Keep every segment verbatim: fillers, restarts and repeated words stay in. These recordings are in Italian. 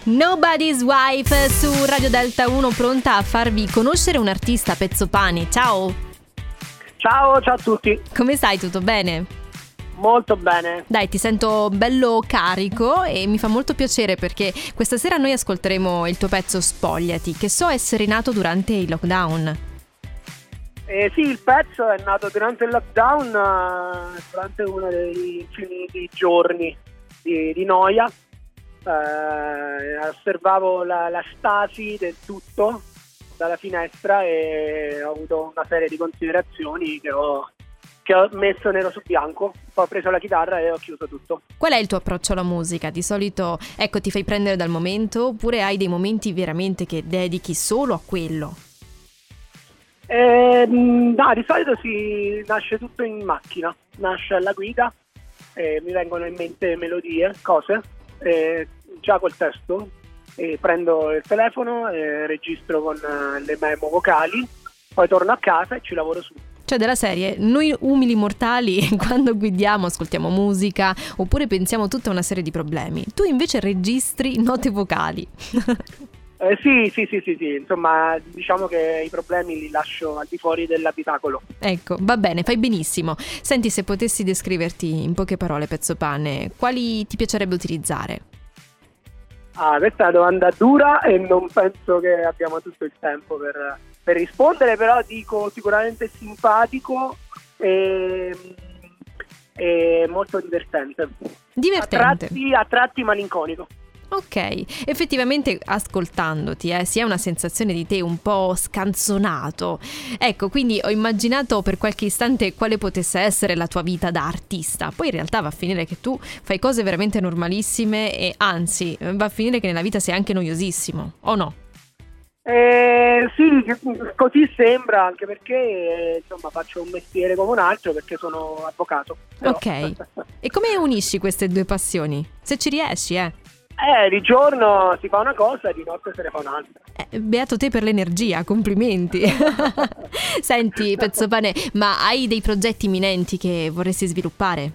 Nobody's Wife su Radio Delta uno, pronta a farvi conoscere un artista, Pezzopane. Ciao! Ciao, ciao a tutti. Come stai? Tutto bene? Molto bene. Dai, ti sento bello carico e mi fa molto piacere perché questa sera noi ascolteremo il tuo pezzo Spogliati, che so essere nato durante il lockdown. Eh, sì, il pezzo è nato durante il lockdown, uh, durante uno dei infiniti giorni di, di noia. Uh, osservavo la, la stasi del tutto dalla finestra e ho avuto una serie di considerazioni che ho, che ho messo nero su bianco. Poi ho preso la chitarra e ho chiuso tutto. Qual è il tuo approccio alla musica? Di solito, ecco, ti fai prendere dal momento oppure hai dei momenti veramente che dedichi solo a quello? Eh, no, di solito si nasce tutto in macchina, nasce alla guida, eh, mi vengono in mente melodie, cose, eh, già col testo, eh, prendo il telefono, eh, registro con eh, le memo vocali, poi torno a casa e ci lavoro su. Cioè della serie, noi umili mortali quando guidiamo ascoltiamo musica oppure pensiamo tutta una serie di problemi, tu invece registri note vocali. Eh, sì, sì, sì, sì, sì, insomma diciamo che i problemi li lascio al di fuori dell'abitacolo. Ecco, va bene, fai benissimo. Senti, se potessi descriverti in poche parole, Pezzopane, quali ti piacerebbe utilizzare? Ah, questa è una domanda dura e non penso che abbiamo tutto il tempo per, per rispondere, però dico sicuramente simpatico e, e molto divertente. Divertente. A tratti, a tratti malinconico. Ok, effettivamente ascoltandoti eh, si ha una sensazione di te un po' scanzonato. Ecco, quindi ho immaginato per qualche istante quale potesse essere la tua vita da artista. Poi in realtà va a finire che tu fai cose veramente normalissime e anzi va a finire che nella vita sei anche noiosissimo, o no? Eh, sì, così sembra, anche perché eh, insomma faccio un mestiere come un altro perché sono avvocato. Però. Ok, e come unisci queste due passioni? Se ci riesci, eh? Eh, di giorno si fa una cosa e di notte se ne fa un'altra. Eh, beato te per l'energia, complimenti. Senti, Pezzopane, ma hai dei progetti imminenti che vorresti sviluppare?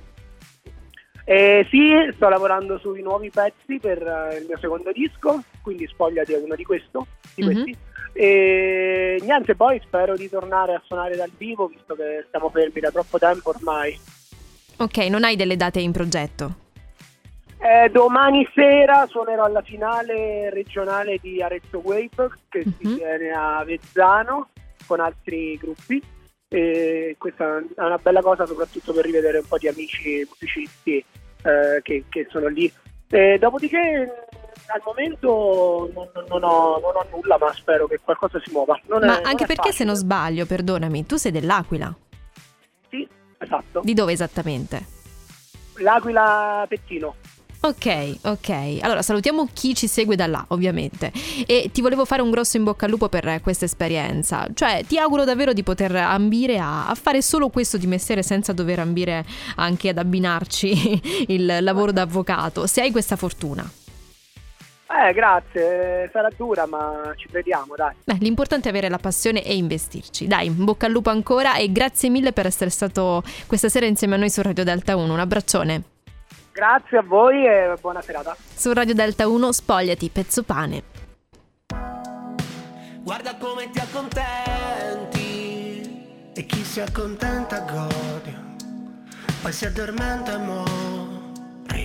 Eh, sì, sto lavorando sui nuovi pezzi per uh, il mio secondo disco, quindi Spogliati è uno di, questo, di questi. Mm-hmm. E niente, poi spero di tornare a suonare dal vivo, visto che stiamo fermi da troppo tempo ormai. Ok, non hai delle date in progetto? Eh, domani sera suonerò alla finale regionale di Arezzo Wave che uh-huh. si tiene a Vezzano con altri gruppi e questa è una bella cosa soprattutto per rivedere un po' di amici musicisti eh, che, che sono lì. E dopodiché al momento non, non, ho, non ho nulla, ma spero che qualcosa si muova. Non ma è, anche non perché facile. Se non sbaglio, perdonami, tu sei dell'Aquila. Sì, esatto. Di dove esattamente? L'Aquila Pezzino. Ok, ok. Allora salutiamo chi ci segue da là, ovviamente. E ti volevo fare un grosso in bocca al lupo per questa esperienza. Cioè, ti auguro davvero di poter ambire a, a fare solo questo di mestiere senza dover ambire anche ad abbinarci il lavoro da avvocato, se hai questa fortuna. Eh, grazie, sarà dura, ma ci crediamo, dai. Beh, l'importante è avere la passione e investirci. Dai, in bocca al lupo ancora e grazie mille per essere stato questa sera insieme a noi su Radio Delta uno. Un abbraccione. Grazie a voi e buona serata. Su Radio Delta uno, Spogliati, Pezzopane. Guarda come ti accontenti e chi si accontenta gode, poi si addormenta e muore.